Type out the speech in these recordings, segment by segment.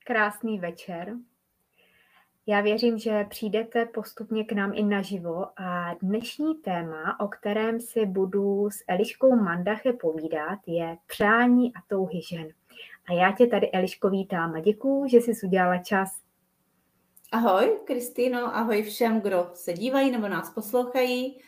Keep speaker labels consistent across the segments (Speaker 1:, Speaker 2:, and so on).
Speaker 1: krásný večer. Já věřím, že přijdete postupně k nám i naživo a dnešní téma, o kterém si budu s Eliškou Mandache povídat, je přání a touhy žen. A já tě tady, Eliško, vítám a děkuju, že jsi udělala čas.
Speaker 2: Ahoj, Kristýno, ahoj všem, kdo se dívají nebo nás poslouchají.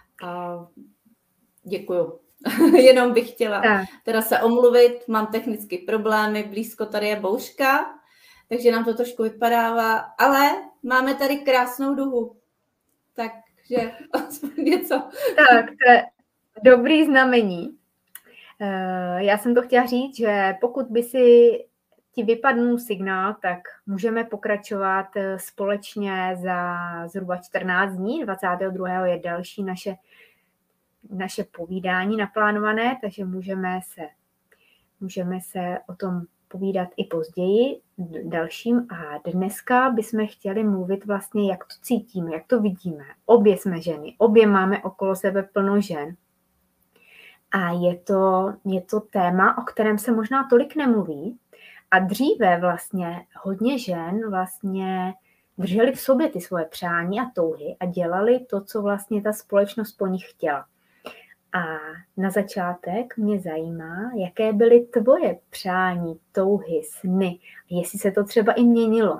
Speaker 2: Děkuju. Jenom bych chtěla teda se omluvit, mám technické problémy, blízko tady je bouřka, takže nám to trošku vypadává, ale máme tady krásnou duhu, takže aspoň něco.
Speaker 1: Tak, to je dobrý znamení. Já jsem to chtěla říct, že pokud by si ti vypadnul signál, tak můžeme pokračovat společně za zhruba 14 dní. 22. je další naše povídání naplánované, takže můžeme se o tom povídat i později dalším. A dneska bychom chtěli mluvit vlastně, jak to cítíme, jak to vidíme. Obě jsme ženy, obě máme okolo sebe plno žen. A je to téma, o kterém se možná tolik nemluví. A dříve vlastně hodně žen vlastně drželi v sobě ty svoje přání a touhy a dělali to, co vlastně ta společnost po nich chtěla. A na začátek mě zajímá, jaké byly tvoje přání, touhy, sny, jestli se to třeba i měnilo.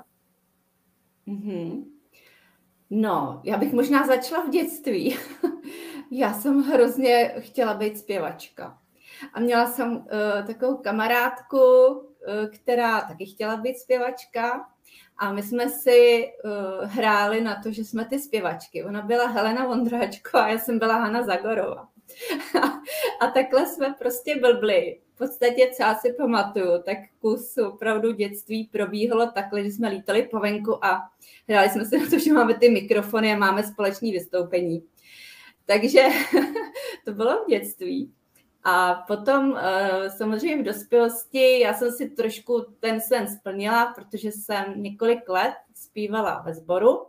Speaker 2: No, já bych možná začala v dětství. Já jsem hrozně chtěla být zpěvačka. A měla jsem takovou kamarádku, která taky chtěla být zpěvačka. A my jsme si hráli na to, že jsme ty zpěvačky. Ona byla Helena Vondráčková a já jsem byla Hana Zagorová. A takhle jsme prostě blbli. V podstatě, co já si pamatuju, tak kus opravdu dětství probíhalo takhle, že jsme lítali po venku a hráli jsme si na to, že máme ty mikrofony a máme společné vystoupení. Takže to bylo v dětství. A potom samozřejmě v dospělosti já jsem si trošku ten sen splnila, protože jsem několik let zpívala ve sboru.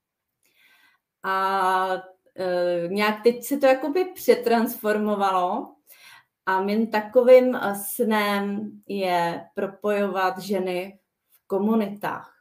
Speaker 2: A nějak teď se to jakoby přetransformovalo a mým takovým snem je propojovat ženy v komunitách.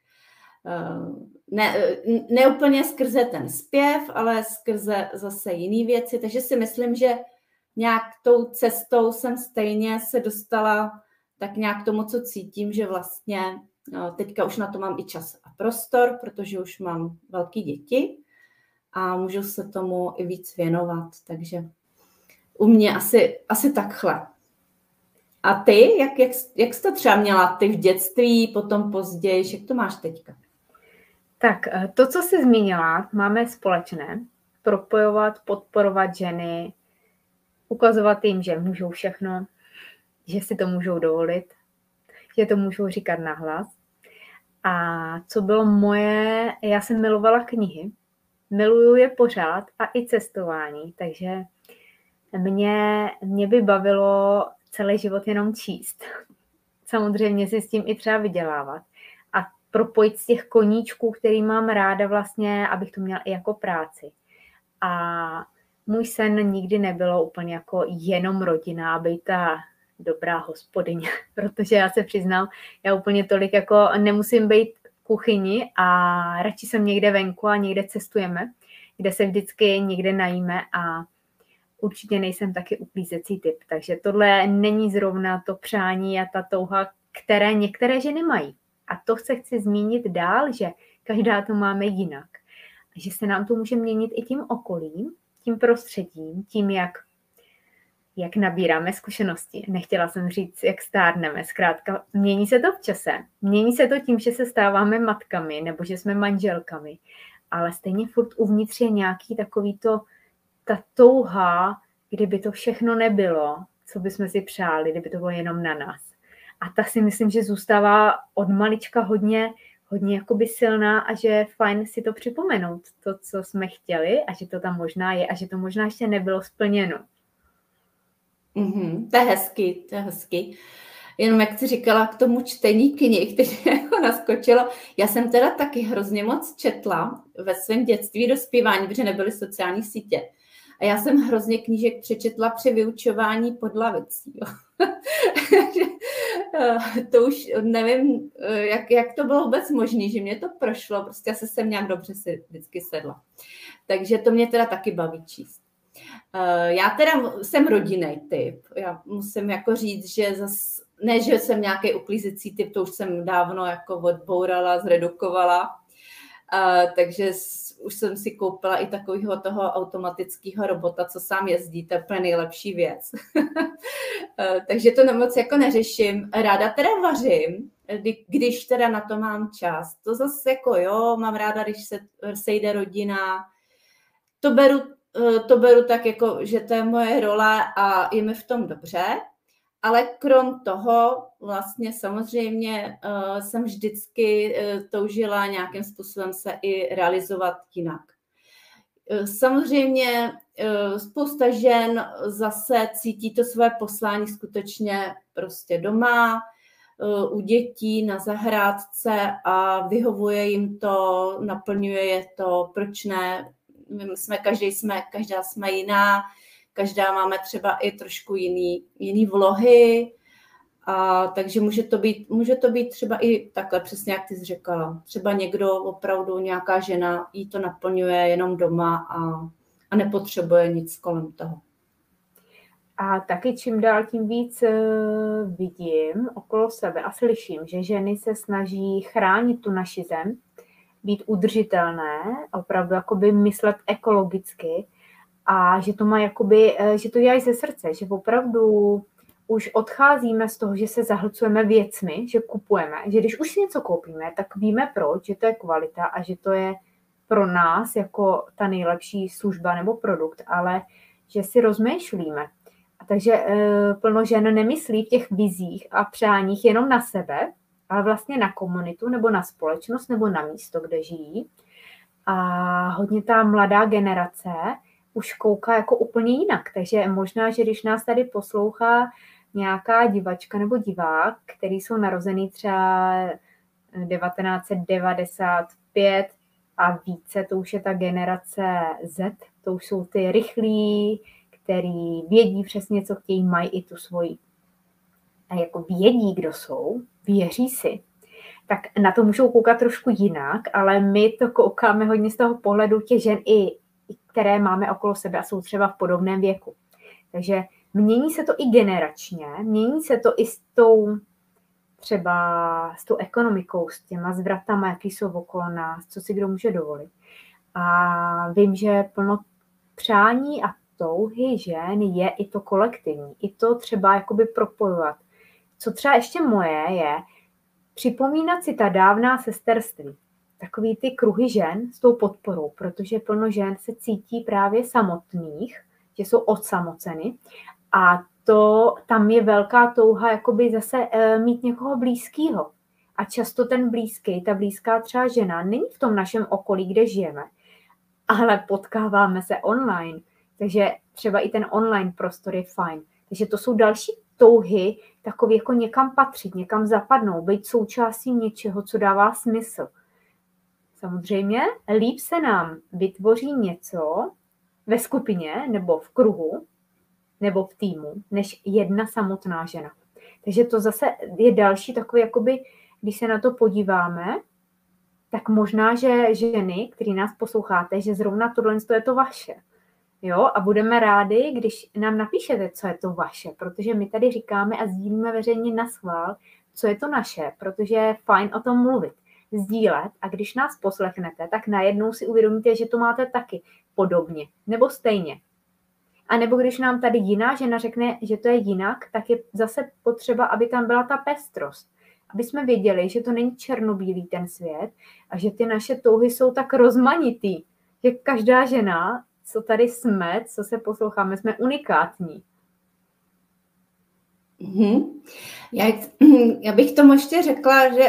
Speaker 2: Ne úplně skrze ten zpěv, ale skrze zase jiné věci, takže si myslím, že nějak tou cestou jsem stejně se dostala tak nějak k tomu, co cítím, že vlastně teďka už na to mám i čas a prostor, protože už mám velké děti a můžu se tomu i víc věnovat, takže u mě asi takhle. A ty, jak jsi to třeba měla ty v dětství, potom později, jak to máš teďka?
Speaker 1: Tak to, co jsi zmínila, máme společné. Propojovat, podporovat ženy, ukazovat jim, že můžou všechno, že si to můžou dovolit, že to můžou říkat nahlas. A co bylo moje, já jsem milovala knihy, miluju je pořád a i cestování, takže mě by bavilo celý život jenom číst. Samozřejmě si s tím i třeba vydělávat. A propojit z těch koníčků, který mám ráda vlastně, abych to měla i jako práci. A můj sen nikdy nebylo úplně jako jenom rodina, aby ta dobrá hospodyně, protože já se přiznám, já úplně tolik jako nemusím být v kuchyni a radši jsem někde venku a někde cestujeme, kde se vždycky někde najíme a určitě nejsem taky uklízecí typ, takže tohle není zrovna to přání a ta touha, které některé ženy mají. A to chci zmínit dál, že každá to máme jinak. Že se nám to může měnit i tím okolím, tím prostředím, tím, jak nabíráme zkušenosti. Nechtěla jsem říct, jak stárneme. Zkrátka, mění se to v čase. Mění se to tím, že se stáváme matkami nebo že jsme manželkami. Ale stejně furt uvnitř je nějaký ta touha, kdyby to všechno nebylo, co bychom si přáli, kdyby to bylo jenom na nás. A ta si myslím, že zůstává od malička hodně jakoby silná a že je fajn si to připomenout, to, co jsme chtěli a že to tam možná je a že to možná ještě nebylo splněno.
Speaker 2: To je hezky. Jenom jak jsi říkala k tomu čtení knih, teď jako naskočilo. Já jsem teda taky hrozně moc četla ve svém dětství do zpívání, protože nebyly sociální sítě. A já jsem hrozně knížek přečetla při vyučování pod lavicí. To už nevím, jak to bylo vůbec možné, že mě to prošlo, prostě asi jsem nějak dobře si vždycky sedla. Takže to mě teda taky baví číst. Já teda jsem rodinný typ. Já musím jako říct, že ne, že jsem nějaký uklízecí typ, to už jsem dávno jako odbourala, zredukovala. Takže už jsem si koupila i takového toho automatického robota, co sám jezdí, to je úplně nejlepší věc. Takže to moc jako neřeším. Ráda teda vařím, když teda na to mám čas. To zase jako jo, mám ráda, když se sejde rodina. To beru tak jako, že to je moje role a je mi v tom dobře. Ale krom toho vlastně samozřejmě jsem vždycky toužila nějakým způsobem se i realizovat jinak. Samozřejmě spousta žen zase cítí to své poslání skutečně prostě doma, u dětí, na zahrádce a vyhovuje jim to, naplňuje je to, proč ne? Každá jsme jiná, každá máme třeba i trošku jiný vlohy, a takže může to být třeba i takhle, přesně jak ty jsi říkala. Třeba někdo, opravdu nějaká žena, jí to naplňuje jenom doma a nepotřebuje nic kolem toho.
Speaker 1: A taky čím dál tím víc vidím okolo sebe a slyším, že ženy se snaží chránit tu naši zem, být udržitelné, opravdu jakoby myslet ekologicky a že to má jakoby, že to dělají ze srdce, že opravdu už odcházíme z toho, že se zahlcujeme věcmi, že kupujeme, že když už si něco koupíme, tak víme proč, že to je kvalita a že to je pro nás jako ta nejlepší služba nebo produkt, ale že si rozmýšlíme. A takže plno žen nemyslí v těch vizích a přáních jenom na sebe, ale vlastně na komunitu nebo na společnost nebo na místo, kde žijí. A hodně ta mladá generace už kouká jako úplně jinak. Takže možná, že když nás tady poslouchá nějaká divačka nebo divák, který jsou narozený třeba 1995 a více, to už je ta generace Z, to už jsou ty rychlí, který vědí přesně, co chtějí, mají i tu svoji. A jako vědí, kdo jsou, věří si, tak na to můžou koukat trošku jinak, ale my to koukáme hodně z toho pohledu těch žen, které máme okolo sebe a jsou třeba v podobném věku. Takže mění se to i generačně, mění se to i s tou ekonomikou, s těma zvratama, jaký jsou okolo nás, co si kdo může dovolit. A vím, že plno přání a touhy žen je i to kolektivní, i to třeba jakoby propojovat. Co třeba ještě moje je připomínat si ta dávná sesterství. Takový ty kruhy žen s tou podporou, protože plno žen se cítí právě samotných, že jsou odsamoceny a tam je velká touha jakoby zase mít někoho blízkého. A často ten blízký, ta blízká třeba žena není v tom našem okolí, kde žijeme, ale potkáváme se online, takže třeba i ten online prostor je fajn. Takže to jsou další touhy, takový jako někam patřit, někam zapadnout, být součástí něčeho, co dává smysl. Samozřejmě líp se nám vytvoří něco ve skupině nebo v kruhu nebo v týmu, než jedna samotná žena. Takže to zase je další takový, jakoby, když se na to podíváme, tak možná, že ženy, který nás posloucháte, že zrovna tohle je to vaše. Jo, a budeme rádi, když nám napíšete, co je to vaše, protože my tady říkáme a sdílíme veřejně na schvál, co je to naše, protože je fajn o tom mluvit, sdílet a když nás poslechnete, tak najednou si uvědomíte, že to máte taky podobně nebo stejně. A nebo když nám tady jiná žena řekne, že to je jinak, tak je zase potřeba, aby tam byla ta pestrost. Aby jsme věděli, že to není černobílý ten svět a že ty naše touhy jsou tak rozmanitý, že každá žena, co tady jsme, co se posloucháme, jsme unikátní.
Speaker 2: Já bych tomu ještě řekla, že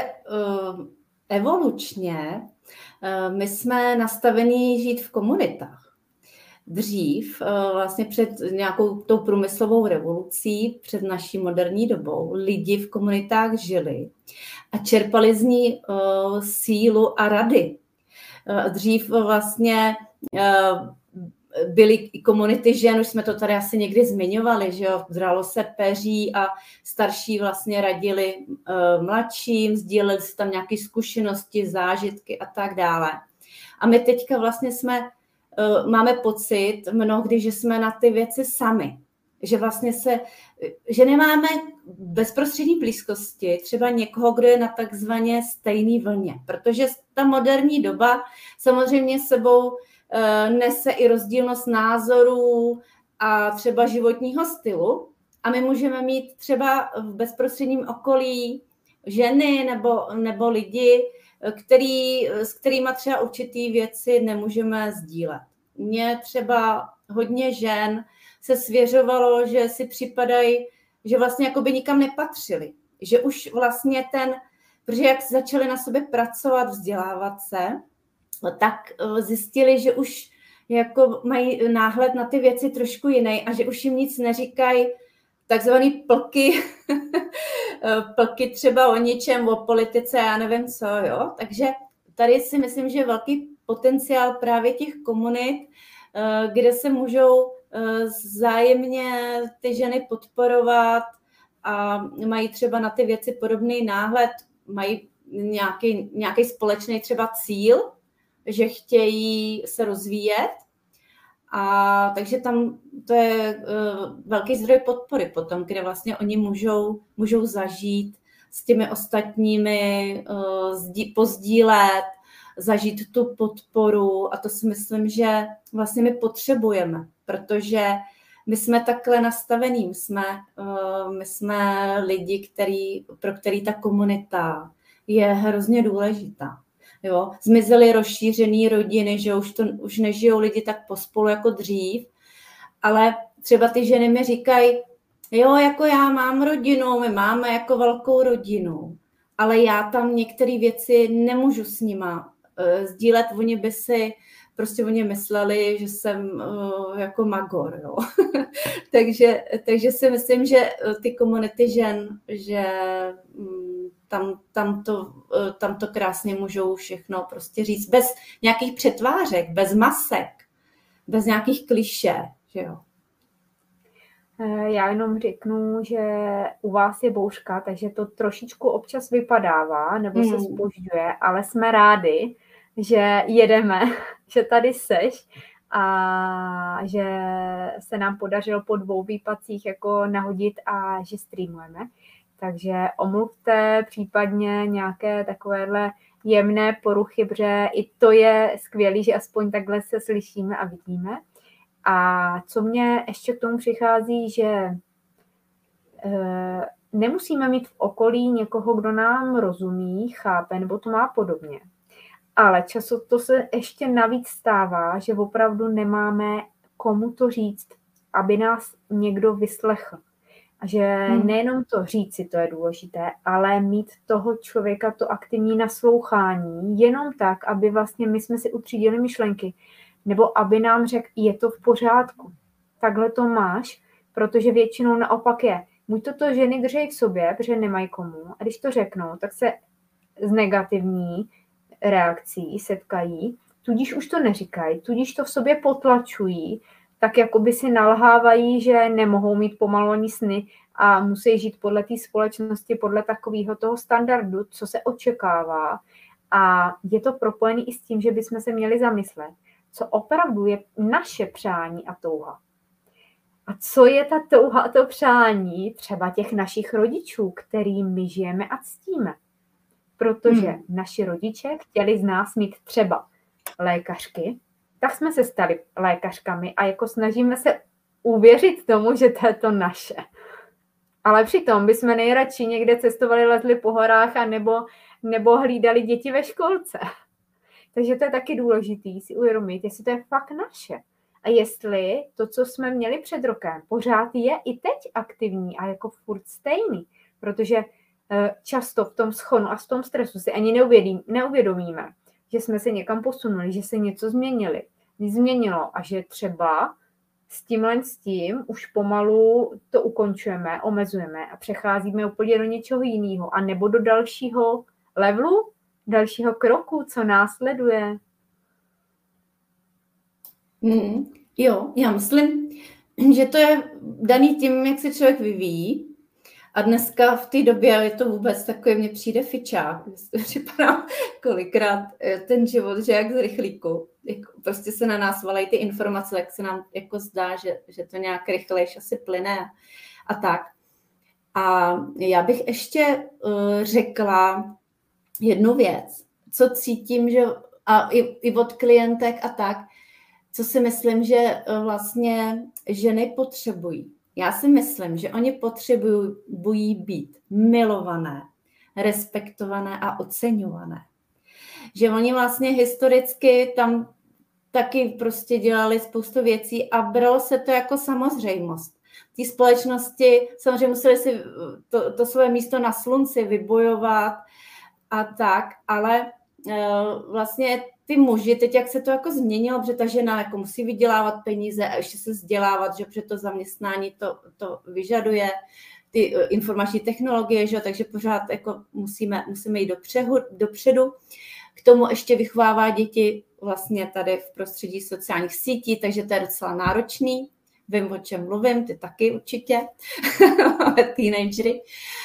Speaker 2: evolučně my jsme nastavení žít v komunitách. Dřív, vlastně před nějakou tou průmyslovou revolucí, před naší moderní dobou, lidi v komunitách žili a čerpali z ní sílu a rady. Dřív vlastně byly i komunity žen, už jsme to tady asi někdy zmiňovali, že jo, zralo se peří a starší vlastně radili mladším, sdíleli si tam nějaké zkušenosti, zážitky a tak dále. A my teďka vlastně máme pocit mnohdy, že jsme na ty věci sami. Že vlastně že nemáme bezprostřední blízkosti třeba někoho, kdo je na takzvaně stejný vlně. Protože ta moderní doba samozřejmě sebou nese i rozdílnost názorů a třeba životního stylu. A my můžeme mít třeba v bezprostředním okolí ženy nebo lidi, s kterými třeba určitý věci nemůžeme sdílet. Mně třeba hodně žen se svěřovalo, že si připadají, že vlastně jako by nikam nepatřili. Že už vlastně protože jak začali na sobě pracovat, vzdělávat se, tak zjistili, že už jako mají náhled na ty věci trošku jiný a že už jim nic neříkají takzvaný plky, plky třeba o ničem, o politice, já nevím co, jo. Takže tady si myslím, že je velký potenciál právě těch komunit, kde se můžou vzájemně ty ženy podporovat a mají třeba na ty věci podobný náhled, mají nějaký společný třeba cíl, že chtějí se rozvíjet. A takže tam to je velký zdroj podpory potom, kde vlastně oni můžou zažít s těmi ostatními, pozdílet, zažít tu podporu a to si myslím, že vlastně my potřebujeme, protože my jsme takhle nastavení, my jsme lidi, pro který ta komunita je hrozně důležitá. Jo? Zmizely rozšířené rodiny, že už nežijou lidi tak pospolu jako dřív, ale třeba ty ženy mi říkají, jo, jako já mám rodinu, my máme jako velkou rodinu, ale já tam některé věci nemůžu s nima sdílet, oni mysleli, že jsem jako magor, jo. takže si myslím, že ty komunity žen, že tam to krásně můžou všechno prostě říct, bez nějakých přetvářek, bez masek, bez nějakých klišé, že jo.
Speaker 1: Já jenom řeknu, že u vás je bouřka, takže to trošičku občas vypadává nebo se zpožďuje, ale jsme rádi, že jedeme, že tady seš a že se nám podařilo po 2 výpadcích jako nahodit a že streamujeme. Takže omluvte případně nějaké takovéhle jemné poruchy, protože i to je skvělý, že aspoň takhle se slyšíme a vidíme. A co mě ještě k tomu přichází, že nemusíme mít v okolí někoho, kdo nám rozumí, chápe, nebo to má podobně. Ale často to se ještě navíc stává, že opravdu nemáme komu to říct, aby nás někdo vyslechl. A že nejenom to říci, to je důležité, ale mít toho člověka to aktivní naslouchání, jenom tak, aby vlastně my jsme si utřídili myšlenky, nebo aby nám řekl, je to v pořádku, takhle to máš, protože většinou naopak je. Buď to ženy drží v sobě, protože nemají komu, a když to řeknou, tak se z negativní reakcí setkají, tudíž už to neříkají, tudíž to v sobě potlačují, tak jakoby si nalhávají, že nemohou mít pomalu ani sny a musí žít podle té společnosti, podle takového toho standardu, co se očekává. A je to propojené i s tím, že bychom se měli zamyslet, co opravdu je naše přání a touha. A co je ta touha a to přání třeba těch našich rodičů, kterým my žijeme a ctíme. Protože naši rodiče chtěli z nás mít třeba lékařky, tak jsme se stali lékařkami a jako snažíme se uvěřit tomu, že to je to naše. Ale přitom bychom nejradši někde cestovali, lezli po horách a nebo hlídali děti ve školce. Takže to je taky důležitý si uvědomit, jestli to je fakt naše. A jestli to, co jsme měli před rokem, pořád je i teď aktivní a jako furt stejný. Protože často v tom schonu a v tom stresu si ani neuvědomíme, že jsme se někam posunuli, že se něco změnilo a že třeba s tím už pomalu to ukončujeme, omezujeme a přecházíme úplně do něčeho jiného a nebo do dalšího levelu, dalšího kroku, co následuje.
Speaker 2: Jo, já myslím, že to je daný tím, jak se člověk vyvíjí. A dneska v té době je to vůbec takový, mně přijde fičák. Připadá kolikrát ten život, že jak z rychlíku. Prostě se na nás valají ty informace, tak se nám jako zdá, že to nějak rychlejš asi plyne a tak. A já bych ještě řekla jednu věc, co cítím, že a i od klientek a tak, co si myslím, že vlastně ženy potřebují. Já si myslím, že oni potřebují být milované, respektované a oceňované. Že oni vlastně historicky tam taky prostě dělali spoustu věcí a bralo se to jako samozřejmost. Té společnosti samozřejmě museli si to svoje místo na slunci vybojovat a tak, ale vlastně ty muži, teď jak se to jako změnilo, protože ta žena jako musí vydělávat peníze a ještě se vzdělávat, že protože to zaměstnání to vyžaduje, ty informační technologie, že? Takže pořád jako musíme jít dopředu. K tomu ještě vychovává děti vlastně tady v prostředí sociálních sítí, takže to je docela náročný. Vím, o čem mluvím, ty taky určitě, teenagery.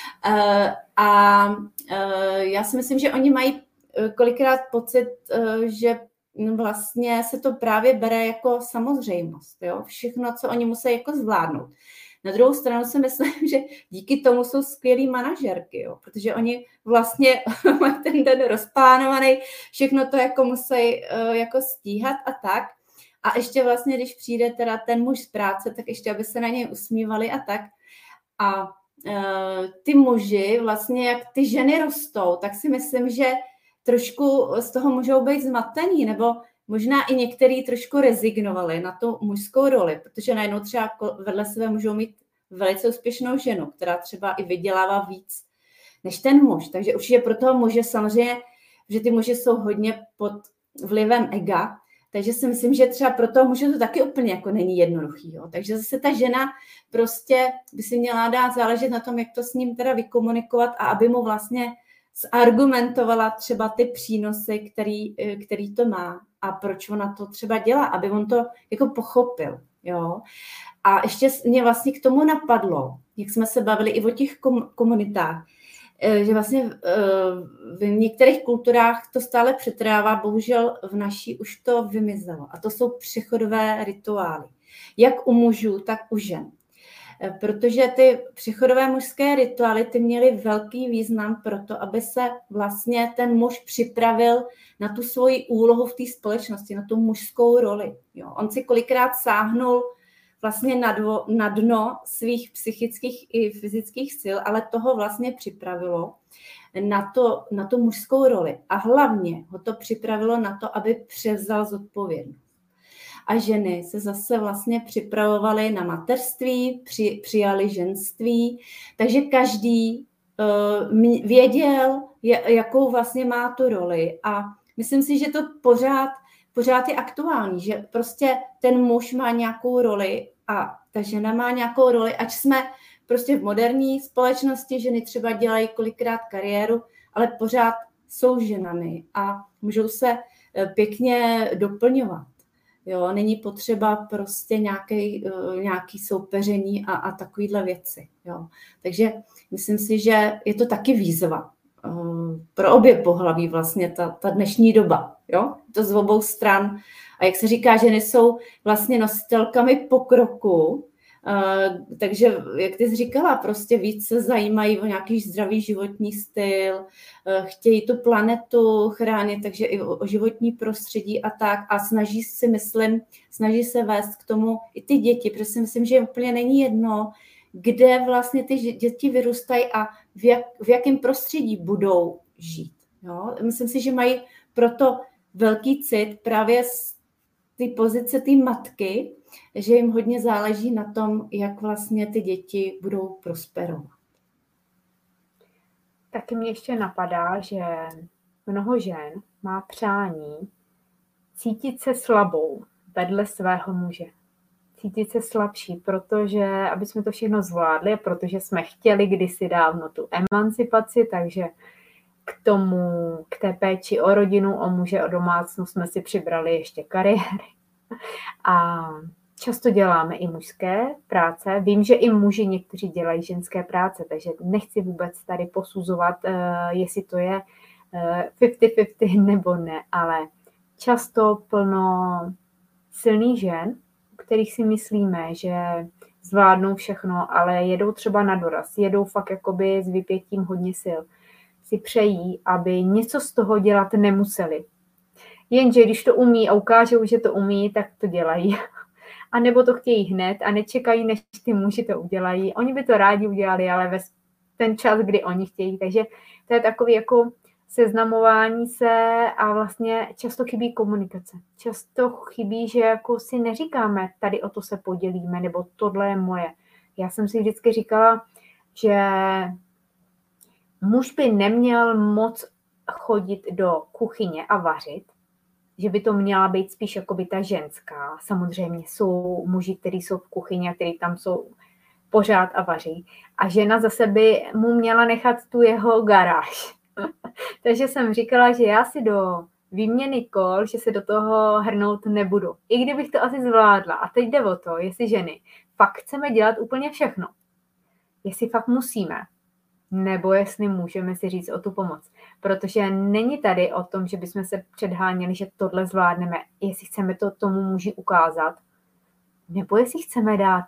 Speaker 2: A já si myslím, že oni mají kolikrát pocit, že vlastně se to právě bere jako samozřejmost. Jo? Všechno, co oni musí jako zvládnout. Na druhou stranu si myslím, že díky tomu jsou skvělý manažerky, jo? Protože oni vlastně mají ten den rozplánovaný, všechno to jako musí jako stíhat a tak. A ještě vlastně, když přijde teda ten muž z práce, tak ještě, aby se na něj usmívali a tak. A ty muži, vlastně jak ty ženy rostou, tak si myslím, že trošku z toho můžou být zmatení, nebo možná i některý trošku rezignovali na tu mužskou roli, protože najednou třeba vedle sebe můžou mít velice úspěšnou ženu, která třeba i vydělává víc než ten muž. Takže určitě pro toho muže samozřejmě, že ty muži jsou hodně pod vlivem ega, takže si myslím, že třeba pro toho muže to taky úplně jako není jednoduchý. Jo? Takže zase ta žena prostě by si měla dát záležet na tom, jak to s ním teda vykomunikovat a aby mu vlastně zargumentovala třeba ty přínosy, který to má a proč ona to třeba dělá, aby on to jako pochopil. Jo? A ještě mě vlastně k tomu napadlo, jak jsme se bavili i o těch komunitách, že vlastně v některých kulturách to stále přetrvává, bohužel v naší už to vymizelo. A to jsou přechodové rituály. Jak u mužů, tak u žen. Protože ty přechodové mužské rituály ty měly velký význam pro to, aby se vlastně ten muž připravil na tu svoji úlohu v té společnosti, na tu mužskou roli. Jo. On si kolikrát sáhnul vlastně na dno svých psychických i fyzických sil, ale toho vlastně připravilo na tu mužskou roli. A hlavně ho to připravilo na to, aby převzal zodpovědnost. A ženy se zase vlastně připravovaly na mateřství, přijali ženství, takže každý věděl, jakou vlastně má tu roli. A myslím si, že to pořád je aktuální, že prostě ten muž má nějakou roli a ta žena má nějakou roli, ať jsme prostě v moderní společnosti, ženy třeba dělají kolikrát kariéru, ale pořád jsou ženami a můžou se pěkně doplňovat. Jo, není potřeba prostě nějaký soupeření a takovýhle věci. Jo. Takže myslím si, že je to taky výzva pro obě pohlaví vlastně ta dnešní doba. Jo? To z obou stran. A jak se říká, ženy jsou vlastně nositelkami pokroku, takže, jak ty jsi říkala, prostě víc se zajímají o nějaký zdravý životní styl, chtějí tu planetu chránit, takže i o životní prostředí a tak. A snaží se vést k tomu i ty děti, protože si myslím, že úplně není jedno, kde vlastně ty děti vyrůstají a v jakém prostředí budou žít. Jo? Myslím si, že mají proto velký cit právě z té pozice té matky, že jim hodně záleží na tom, jak vlastně ty děti budou prosperovat.
Speaker 1: Taky mě ještě napadá, že mnoho žen má přání cítit se slabou vedle svého muže. Cítit se slabší, protože aby jsme to všechno zvládli, protože jsme chtěli kdysi dávno tu emancipaci, takže k té péči o rodinu, o muže, o domácnost jsme si přibrali ještě kariéry. A často děláme i mužské práce. Vím, že i muži někteří dělají ženské práce, takže nechci vůbec tady posuzovat, jestli to je 50-50 nebo ne, ale často plno silných žen, u kterých si myslíme, že zvládnou všechno, ale jedou třeba na doraz, jedou fakt jakoby s vypětím hodně sil. Si přejí, aby něco z toho dělat nemuseli. Jenže když to umí a ukážou, že to umí, tak to dělají. A nebo to chtějí hned a nečekají, než ty muži to udělají. Oni by to rádi udělali, ale ve ten čas, kdy oni chtějí. Takže to je takový jako seznamování se a vlastně často chybí komunikace. Často chybí, že jako si neříkáme, tady o to se podělíme, nebo tohle je moje. Já jsem si vždycky říkala, že muž by neměl moc chodit do kuchyně a vařit, že by to měla být spíš jako by ta ženská. Samozřejmě jsou muži, kteří jsou v kuchyni a kteří tam jsou pořád a vaří. A žena zase by mu měla nechat tu jeho garáž. Takže jsem říkala, že já si do výměny kol, že se do toho hrnout nebudu. I kdybych to asi zvládla. A teď jde o to, jestli ženy fakt chceme dělat úplně všechno. Jestli fakt musíme. Nebo jestli můžeme si říct o tu pomoc. Protože není tady o tom, že bychom se předháněli, že tohle zvládneme, jestli chceme to tomu muži ukázat, nebo jestli chceme dát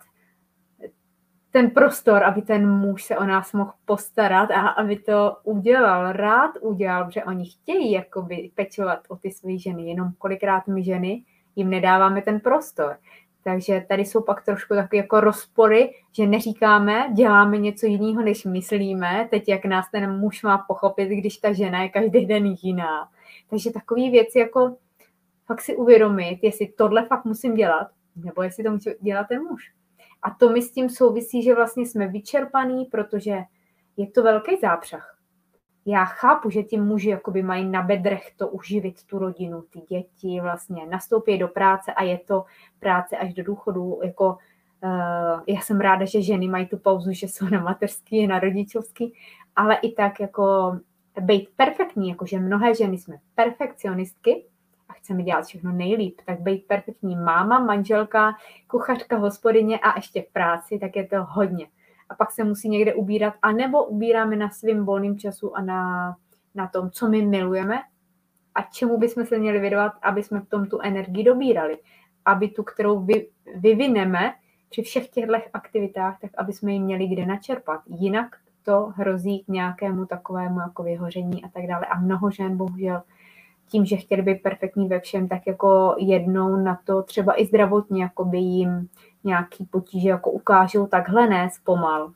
Speaker 1: ten prostor, aby ten muž se o nás mohl postarat a aby to udělal, rád udělal, protože oni chtějí jakoby pečovat o ty své ženy, jenom kolikrát my ženy jim nedáváme ten prostor. Takže tady jsou pak trošku takové jako rozpory, že neříkáme, děláme něco jiného, než myslíme. Teď jak nás ten muž má pochopit, když ta žena je každý den jiná. Takže takové věci jako fakt si uvědomit, jestli tohle fakt musím dělat, nebo jestli to musí dělat ten muž. A to mi s tím souvisí, že vlastně jsme vyčerpaný, protože je to velký zápřah. Já chápu, že ti muži jakoby mají na bedrech to uživit tu rodinu, ty děti, vlastně nastoupí do práce a je to práce až do důchodu. Jako, já jsem ráda, že ženy mají tu pauzu, že jsou na mateřský, na rodičovský, ale i tak jako být perfektní, jakože mnohé ženy jsme perfekcionistky a chceme dělat všechno nejlíp, tak být perfektní máma, manželka, kuchařka, hospodyně a ještě v práci, tak je to hodně. A pak se musí někde ubírat, anebo ubíráme na svým volným času a na tom, co my milujeme a čemu bychom se měli věnovat, aby jsme v tom tu energii dobírali. Aby tu, kterou vyvineme při všech těchto aktivitách, tak aby jsme ji měli kde načerpat. Jinak to hrozí k nějakému takovému jako vyhoření a tak dále. A mnoho žen bohužel tím, že chtěli být perfektní ve všem, tak jako jednou na to třeba i zdravotně, jako by jim nějaký potíže jako ukážou, takhle ne, zpomal.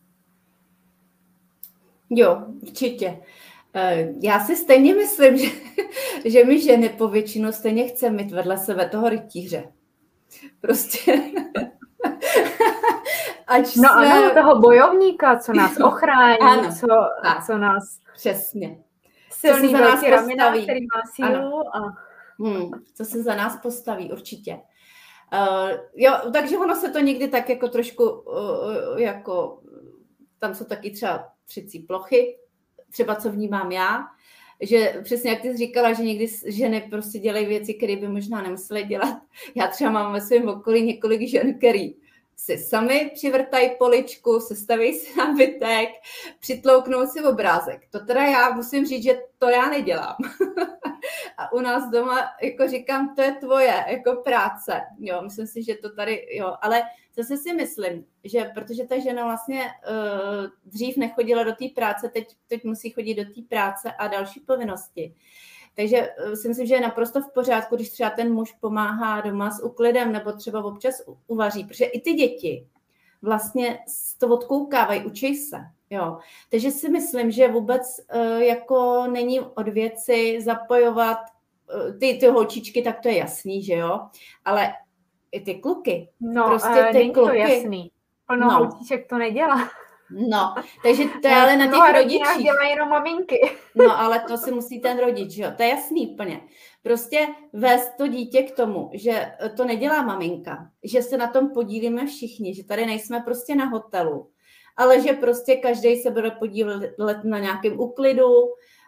Speaker 2: Jo, určitě. Já si stejně myslím, že my ženy po většinu stejně chceme mít vedle sebe toho rytíře. Prostě.
Speaker 1: No ano, toho bojovníka, co nás ochrání, ano, co nás...
Speaker 2: Přesně.
Speaker 1: Silný velký ramena, který má sílu.
Speaker 2: Co se za nás postaví, určitě. Jo, takže ono se to někdy tak jako trošku, jako tam jsou taky třeba třicí plochy, třeba co vnímám já, že přesně jak ty jsi říkala, že někdy ženy prostě dělají věci, které by možná nemusely dělat. Já třeba mám ve svém okolí několik žen, který si sami přivrtají poličku, sestaví si nábytek, přitlouknou si obrázek. To teda já musím říct, že to já nedělám. A u nás doma, jako říkám, to je tvoje, jako práce. Jo, myslím si, že to tady, jo, ale zase si myslím, že protože ta žena vlastně dřív nechodila do té práce, teď musí chodit do té práce a další povinnosti. Takže si myslím, že je naprosto v pořádku, když třeba ten muž pomáhá doma s úklidem nebo třeba občas uvaří, protože i ty děti vlastně to odkoukávají, učí se. Jo. Takže si myslím, že vůbec jako není od věci zapojovat ty holčičky, tak to je jasný, že jo, ale i ty kluky.
Speaker 1: No, prostě ty není kluky, to jasný. Plno holčiček to nedělá.
Speaker 2: No, takže to je ale na těch rodičích.
Speaker 1: Dělají jenom maminky.
Speaker 2: No, ale to si musí ten rodič, jo, to je jasný plně. Prostě vést to dítě k tomu, že to nedělá maminka, že se na tom podílíme všichni, že tady nejsme prostě na hotelu, ale že prostě každý se bude podílet na nějakém úklidu,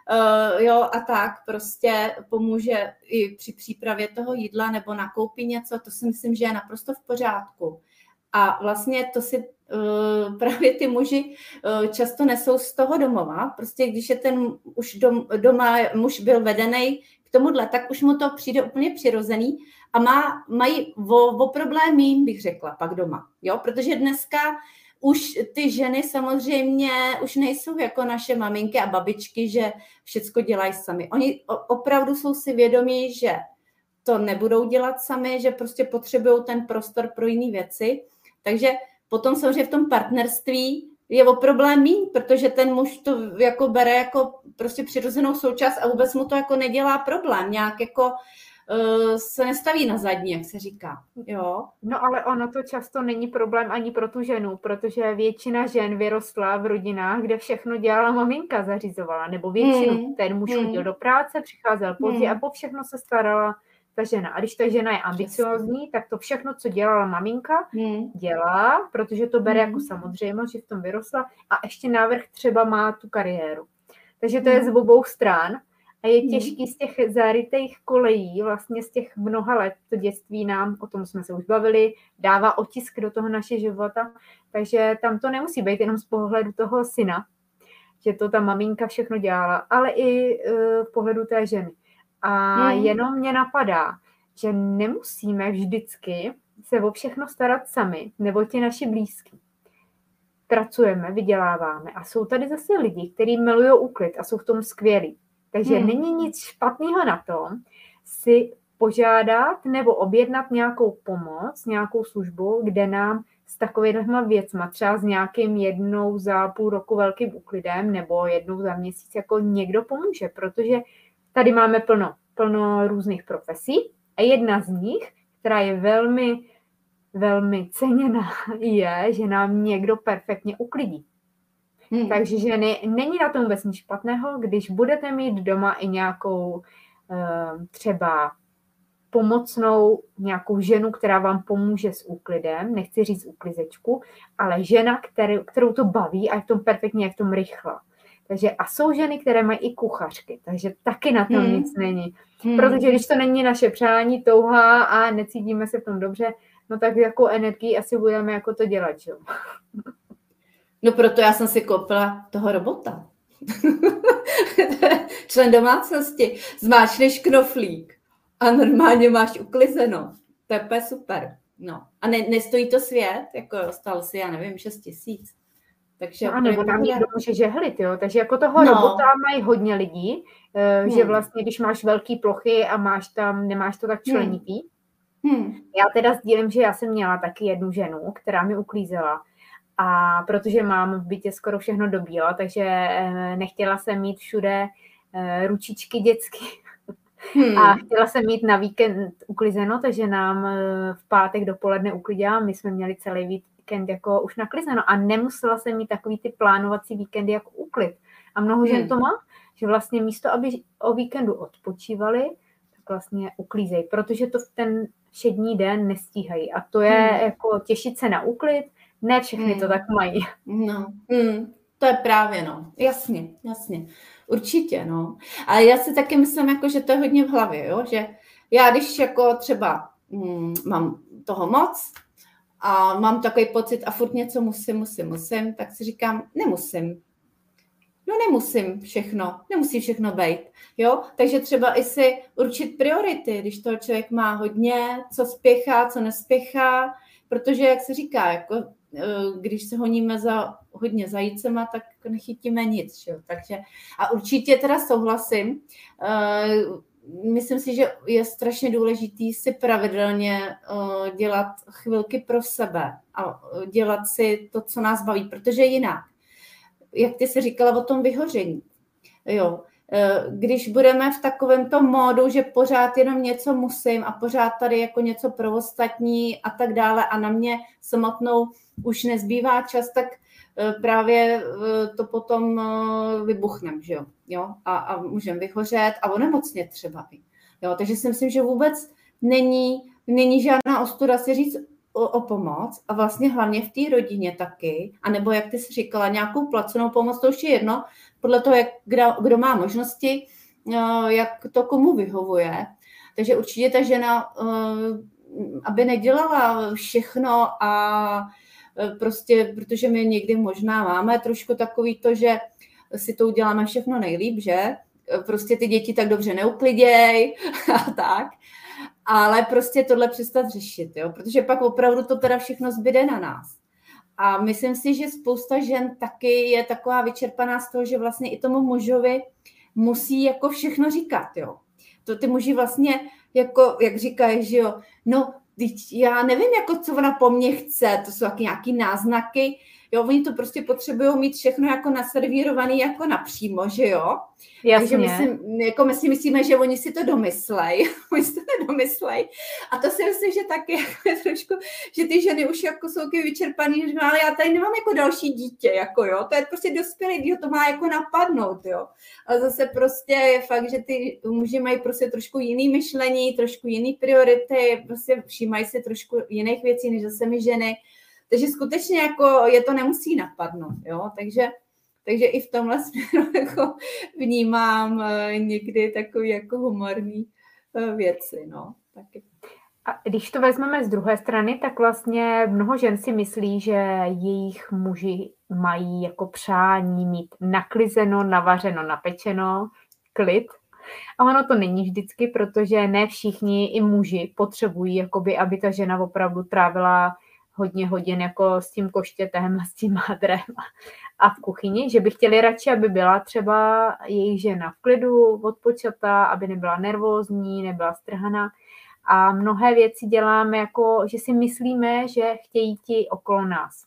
Speaker 2: jo, a tak prostě pomůže i při přípravě toho jídla nebo nakoupí něco, to si myslím, že je naprosto v pořádku. A vlastně to si právě ty muži často nesou z toho domova. Prostě když je ten už doma muž byl vedený k tomuhle, tak už mu to přijde úplně přirozený a mají o problém míň, bych řekla, pak doma. Jo? Protože dneska už ty ženy samozřejmě už nejsou jako naše maminky a babičky, že všecko dělají sami. Oni opravdu jsou si vědomí, že to nebudou dělat sami, že prostě potřebují ten prostor pro jiné věci. Takže potom samozřejmě v tom partnerství je o problém míň, protože ten muž to jako bere jako prostě přirozenou součást a vůbec mu to jako nedělá problém. Nějak jako se nestaví na zadní, jak se říká. Jo?
Speaker 1: No ale ono to často není problém ani pro tu ženu, protože většina žen vyrostla v rodinách, kde všechno dělala maminka, zařizovala, nebo většinu. Ten muž chodil do práce, přicházel pozdě a po všechno se starala ta žena. A když ta žena je ambiciozní, tak to všechno, co dělala maminka, dělá, protože to bere jako samozřejmost, že v tom vyrostla a ještě návrh třeba má tu kariéru. Takže to je z obou stran. A je těžký z těch zarytých kolejí, vlastně z těch mnoha let, to dětství nám, o tom jsme se už bavili, dává otisk do toho našeho života, takže tam to nemusí být jenom z pohledu toho syna, že to ta maminka všechno dělala, ale i v pohledu té ženy. A jenom mě napadá, že nemusíme vždycky se o všechno starat sami, nebo ti naši blízký. Pracujeme, vyděláváme a jsou tady zase lidi, kteří milují úklid a jsou v tom skvělí. Takže není nic špatného na tom si požádat nebo objednat nějakou pomoc, nějakou službu, kde nám s takovýhlema věcma, třeba s nějakým jednou za půl roku velkým úklidem nebo jednou za měsíc jako někdo pomůže, protože tady máme plno různých profesí a jedna z nich, která je velmi, velmi ceněná, je, že nám někdo perfektně uklidí. Takže ženy, není na tom vůbec nic špatného, když budete mít doma i nějakou třeba pomocnou nějakou ženu, která vám pomůže s úklidem, nechci říct úklizečku, ale žena, kterou to baví a je v tom perfektně, je v tom rychlá. Takže a jsou ženy, které mají i kuchařky, takže taky na tom nic není. Protože když to není naše přání, touha a necítíme se v tom dobře, no tak jakou energii asi budeme jako to dělat, že?
Speaker 2: No proto já jsem si koupila toho robota. Člen domácnosti. Zmáčneš knoflík a normálně máš uklizeno. To je úplně super. No. A nestojí to svět, jako stalo si, já nevím, 6 000. Takže
Speaker 1: no, nebo tam někdo může žehlit, jo. Takže jako toho robota mají hodně lidí, že vlastně, když máš velký plochy a nemáš to tak členitý. Já teda sdílím, že já jsem měla taky jednu ženu, která mi uklízela. A protože mám v bytě skoro všechno do bíla, takže nechtěla jsem mít všude ručičky dětsky. A chtěla jsem mít na víkend uklizeno, takže nám v pátek dopoledne uklidila. My jsme měli celý víkend jako už naklizeno a nemusela jsem mít takový ty plánovací víkendy jako úklid. A mnoho žen to má, že vlastně místo, aby o víkendu odpočívali, tak vlastně uklízejí, protože to v ten všední den nestíhají. A to je jako těšit se na úklid. Ne všechny to tak mají.
Speaker 2: No, to je právě, no. Jasně. Určitě, no. Ale já si taky myslím, jako, že to je hodně v hlavě, jo? Že já když jako třeba mám toho moc a mám takový pocit a furt něco musím, tak si říkám, nemusím. No nemusím všechno, nemusí všechno být, jo? Takže třeba i si určit priority, když toho člověk má hodně, co spěchá, co nespěchá, protože, jak se říká, jako když se honíme za hodně zajícema, tak nechytíme nic. Že? Takže, a určitě teda souhlasím. Myslím si, že je strašně důležitý si pravidelně dělat chvilky pro sebe a dělat si to, co nás baví, protože jinak, jak ty jsi říkala o tom vyhoření, jo, když budeme v takovémto módu, že pořád jenom něco musím a pořád tady jako něco pro ostatní a tak dále a na mě samotnou už nezbývá čas, tak právě to potom vybuchnem, že jo? A můžeme vyhořet a onemocnět třeba i. Jo? Takže si myslím, že vůbec není žádná ostuda si říct, o pomoc a vlastně hlavně v té rodině taky, anebo jak ty jsi říkala, nějakou placenou pomoc, to už je jedno, podle toho, jak kdo má možnosti, jak to komu vyhovuje. Takže určitě ta žena, aby nedělala všechno a prostě, protože my někdy možná máme trošku takový to, že si to uděláme všechno nejlíp, že? Prostě ty děti tak dobře neukliděj a tak. Ale prostě tohle přestat řešit, jo? Protože pak opravdu to teda všechno zbyde na nás. A myslím si, že spousta žen taky je taková vyčerpaná z toho, že vlastně i tomu mužovi musí jako všechno říkat, jo. To ty muži vlastně, jako, jak říkají, že jo, no, já nevím, jako co ona po mně chce, to jsou taky nějaký náznaky, jo, oni to prostě potřebují mít všechno jako naservírovaný jako napřímo, že jo.
Speaker 1: Jasně.
Speaker 2: Takže my si myslíme, že oni si to domyslej, a to si myslím, že taky jako trošku, že ty ženy už jako jsou vyčerpaný, že ale já tady nemám jako další dítě, jako jo, to je prostě dospělý, to má jako napadnout, jo. A zase prostě je fakt, že ty muži mají prostě trošku jiný myšlení, trošku jiný priority, prostě všímají si trošku jiných věcí, než zase my ženy. Takže skutečně jako je to nemusí napadnout, jo, takže i v tomhle směru jako vnímám někdy takový jako humorní věci, no. Taky.
Speaker 1: A když to vezmeme z druhé strany, tak vlastně mnoho žen si myslí, že jejich muži mají jako přání mít naklizeno, navařeno, napečeno, klid. A ono to není vždycky, protože ne všichni i muži potřebují, jakoby, aby ta žena opravdu trávila hodně hodin jako s tím koštětem a s tím mádrem a v kuchyni, že by chtěli radši, aby byla třeba jejich žena v klidu, odpočatá, aby nebyla nervózní, nebyla strhaná. A mnohé věci děláme jako, že si myslíme, že chtějí ti okolo nás.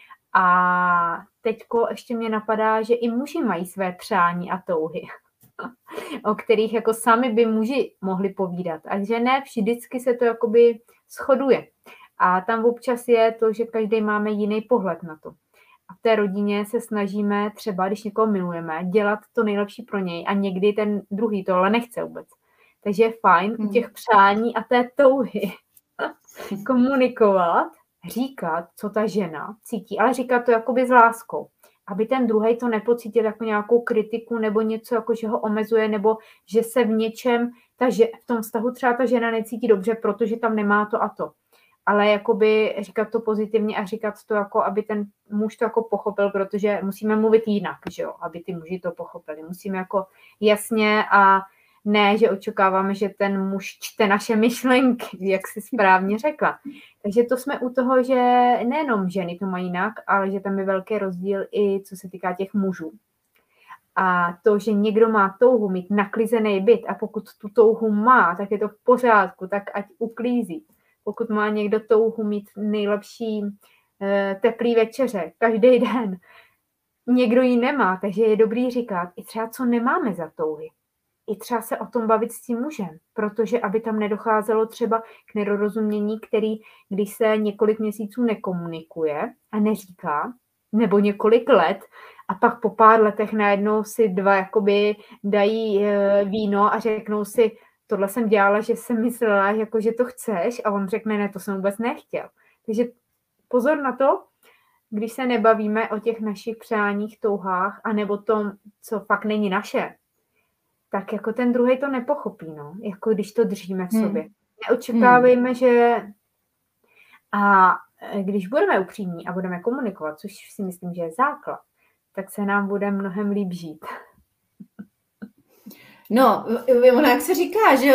Speaker 1: A teďko ještě mě napadá, že i muži mají své přání a touhy, o kterých jako sami by muži mohli povídat. A že ne vždycky se to jakoby shoduje. A tam občas je to, že každý máme jiný pohled na to. A v té rodině se snažíme třeba, když někoho milujeme, dělat to nejlepší pro něj a někdy ten druhý to ale nechce vůbec. Takže je fajn u těch přání a té touhy komunikovat, říkat, co ta žena cítí, ale říkat to jakoby s láskou, aby ten druhý to nepocítil jako nějakou kritiku nebo něco, jako že ho omezuje, nebo že se v něčem, v tom vztahu třeba ta žena necítí dobře, protože tam nemá to a to. Ale jakoby říkat to pozitivně a říkat to jako, aby ten muž to jako pochopil, protože musíme mluvit jinak, že jo, aby ty muži to pochopili. Musíme jako jasně a ne, že očekáváme, že ten muž čte naše myšlenky, jak jsi správně řekla. Takže to jsme u toho, že nejenom ženy to mají jinak, ale že tam je velký rozdíl i co se týká těch mužů. A to, že někdo má touhu mít naklizený byt a pokud tu touhu má, tak je to v pořádku, tak ať uklízí. Pokud má někdo touhu mít nejlepší teplý večeře každý den, někdo ji nemá, takže je dobrý říkat i třeba, co nemáme za touhy. I třeba se o tom bavit s tím mužem, protože aby tam nedocházelo třeba k nedorozumění, který, když se několik měsíců nekomunikuje a neříká, nebo několik let, a pak po pár letech najednou si dva jakoby dají víno a řeknou si, tohle jsem dělala, že jsem myslela, jako, že to chceš, a on řekne, ne, to jsem vůbec nechtěl. Takže pozor na to, když se nebavíme o těch našich přáních, touhách, anebo tom, co fakt není naše, tak jako ten druhý to nepochopí, no, jako když to držíme v sobě. Neočekávejme, že a když budeme upřímní a budeme komunikovat, což si myslím, že je základ, tak se nám bude mnohem líp žít.
Speaker 2: No, ona jak se říká, že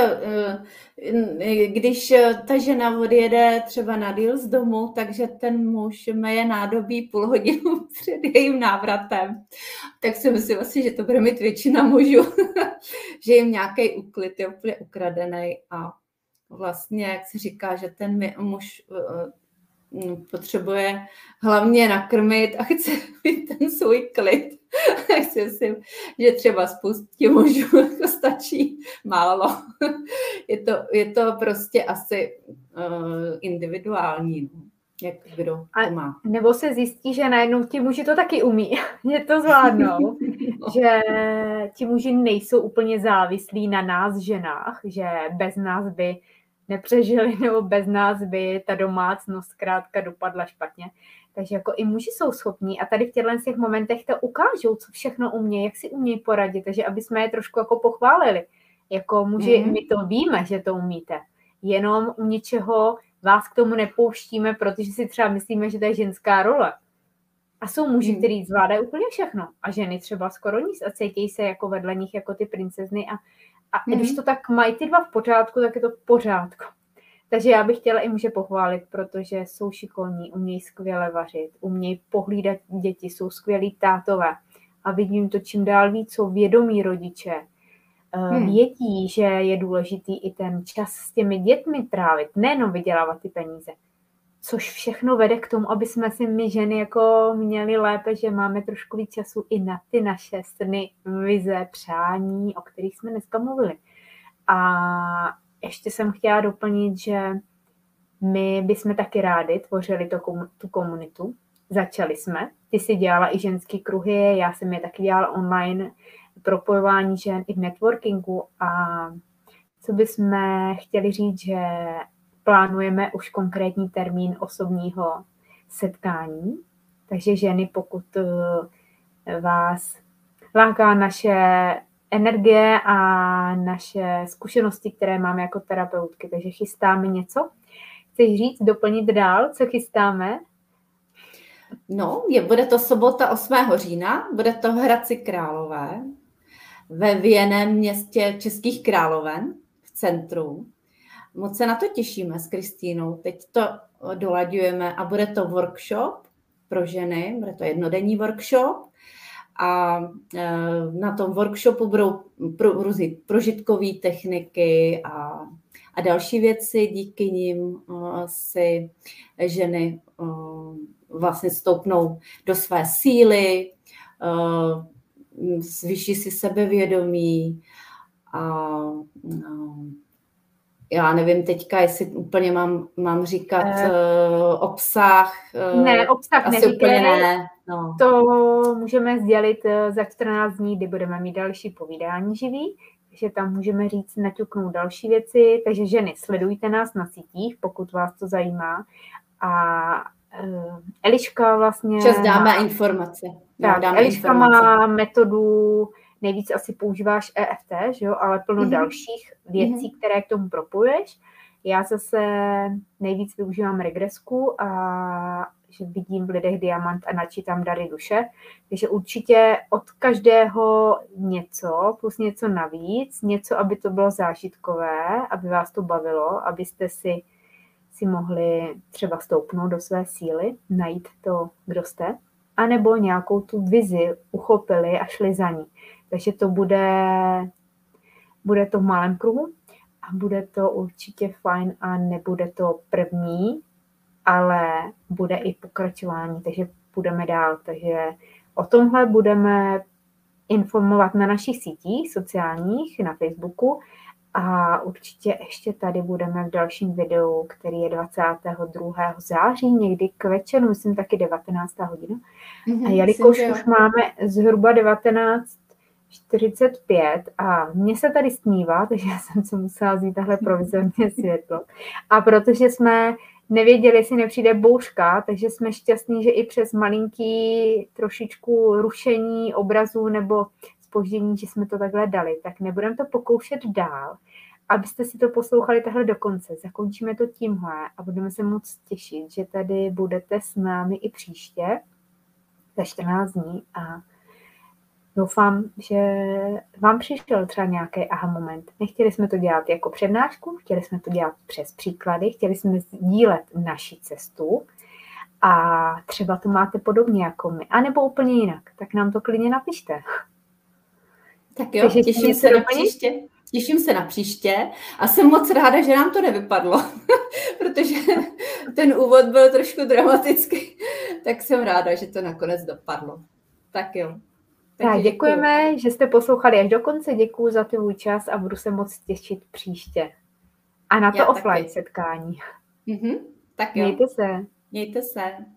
Speaker 2: když ta žena odjede třeba na díl z domu, takže ten muž meje nádobí půl hodinu před jejím návratem. Tak si myslím asi, že to bude mít většina mužů, že jim nějaký úklid je úplně ukradený a vlastně, jak se říká, že ten muž potřebuje hlavně nakrmit a chce mít ten svůj klid. Tak si myslím, že třeba spoustě mužů jako stačí málo. Je to prostě asi individuální, jak kdo to má.
Speaker 1: Nebo se zjistí, že najednou ti muži to taky umí, že to zvládnou, že ti muži nejsou úplně závislí na nás ženách, že bez nás by nepřežili, nebo bez nás by ta domácnost zkrátka dopadla špatně. Takže jako i muži jsou schopní a tady v těch momentech to ukážou, co všechno umějí, jak si umějí poradit, takže aby jsme je trošku jako pochválili. Jako muži, my to víme, že to umíte, jenom u něčeho vás k tomu nepouštíme, protože si třeba myslíme, že to je ženská role. A jsou muži, kteří zvládají úplně všechno a ženy třeba skoro nic a cítí se jako vedle nich jako ty princezny a když to tak mají ty dva v pořádku, tak je to v pořádku. Takže já bych chtěla i muže pochválit, protože jsou šikovní, umějí skvěle vařit, umějí pohlídat děti, jsou skvělí tátové a vidím to čím dál víc, jsou vědomí rodiče. Vědí, že je důležitý i ten čas s těmi dětmi trávit, nejenom vydělávat ty peníze. Což všechno vede k tomu, aby jsme si my ženy jako měli lépe, že máme trošku víc času i na ty naše sny, vize, přání, o kterých jsme dneska mluvili. A ještě jsem chtěla doplnit, že my bychom taky rádi tvořili tu komunitu. Začali jsme. Ty si dělala i ženský kruhy, já jsem je taky dělala online, propojování žen i v networkingu. A co bychom chtěli říct, že plánujeme už konkrétní termín osobního setkání. Takže ženy, pokud vás láká naše energie a naše zkušenosti, které máme jako terapeutky, takže chystáme něco. Chceš říct, doplnit dál, co chystáme?
Speaker 2: No, bude to sobota 8. října, bude to v Hradci Králové, ve věném městě Českých Královen, v centru. Moc se na to těšíme s Kristýnou, teď to dolaďujeme a bude to workshop pro ženy, bude to jednodenní workshop a na tom workshopu budou různé prožitkové techniky a další věci, díky nim si ženy vlastně stoupnou do své síly, zvýší si sebevědomí a já nevím teďka, jestli úplně mám říkat obsah.
Speaker 1: Ne, obsah
Speaker 2: asi úplně ne. No.
Speaker 1: To můžeme sdělit za 14 dní, kdy budeme mít další povídání živý, takže tam můžeme říct, naťuknout další věci. Takže ženy, sledujte nás na sítích, pokud vás to zajímá. A Eliška vlastně...
Speaker 2: Čas dáme informace.
Speaker 1: Tak,
Speaker 2: dáme
Speaker 1: Eliška má metodu, nejvíc asi používáš EFT, že jo, ale plno dalších věcí, které k tomu propojuješ. Já zase nejvíc využívám regresku a že vidím v lidech diamant a načítám dary duše. Takže určitě od každého něco, plus něco navíc, něco, aby to bylo zážitkové, aby vás to bavilo, abyste si mohli třeba stoupnout do své síly, najít to, kdo jste, anebo nějakou tu vizi uchopili a šli za ní. Takže to bude to v malém kruhu a bude to určitě fajn a nebude to první, ale bude i pokračování, takže půjdeme dál. Takže o tomhle budeme informovat na našich sítích sociálních, na Facebooku a určitě ještě tady budeme v dalším videu, který je 22. září, někdy k večeru, myslím taky 19. hodina. A jelikož už máme zhruba 19:45 a mně se tady snívá, takže já jsem se musela vzít tahle provizorně světlo. A protože jsme nevěděli, jestli nepřijde bouřka, takže jsme šťastní, že i přes malinký trošičku rušení obrazu nebo zpoždění, že jsme to takhle dali. Tak nebudeme to pokoušet dál, abyste si to poslouchali takhle do konce. Zakončíme to tímhle a budeme se moc těšit, že tady budete s námi i příště za 14 dní a doufám, že vám přišel třeba nějaký aha moment. Nechtěli jsme to dělat jako přednášku, chtěli jsme to dělat přes příklady, chtěli jsme sdílet naši cestu a třeba to máte podobně jako my, anebo úplně jinak, tak nám to klidně napište.
Speaker 2: Tak jo, těším se na příště. Těším se na příště a jsem moc ráda, že nám to nevypadlo, protože ten úvod byl trošku dramatický, tak jsem ráda, že to nakonec dopadlo. Tak jo.
Speaker 1: Tak děkujeme, že jste poslouchali až do konce, děkuju za tvůj čas a budu se moc těšit příště. A na to offline setkání.
Speaker 2: Tak jo.
Speaker 1: Mějte se.
Speaker 2: Mějte se.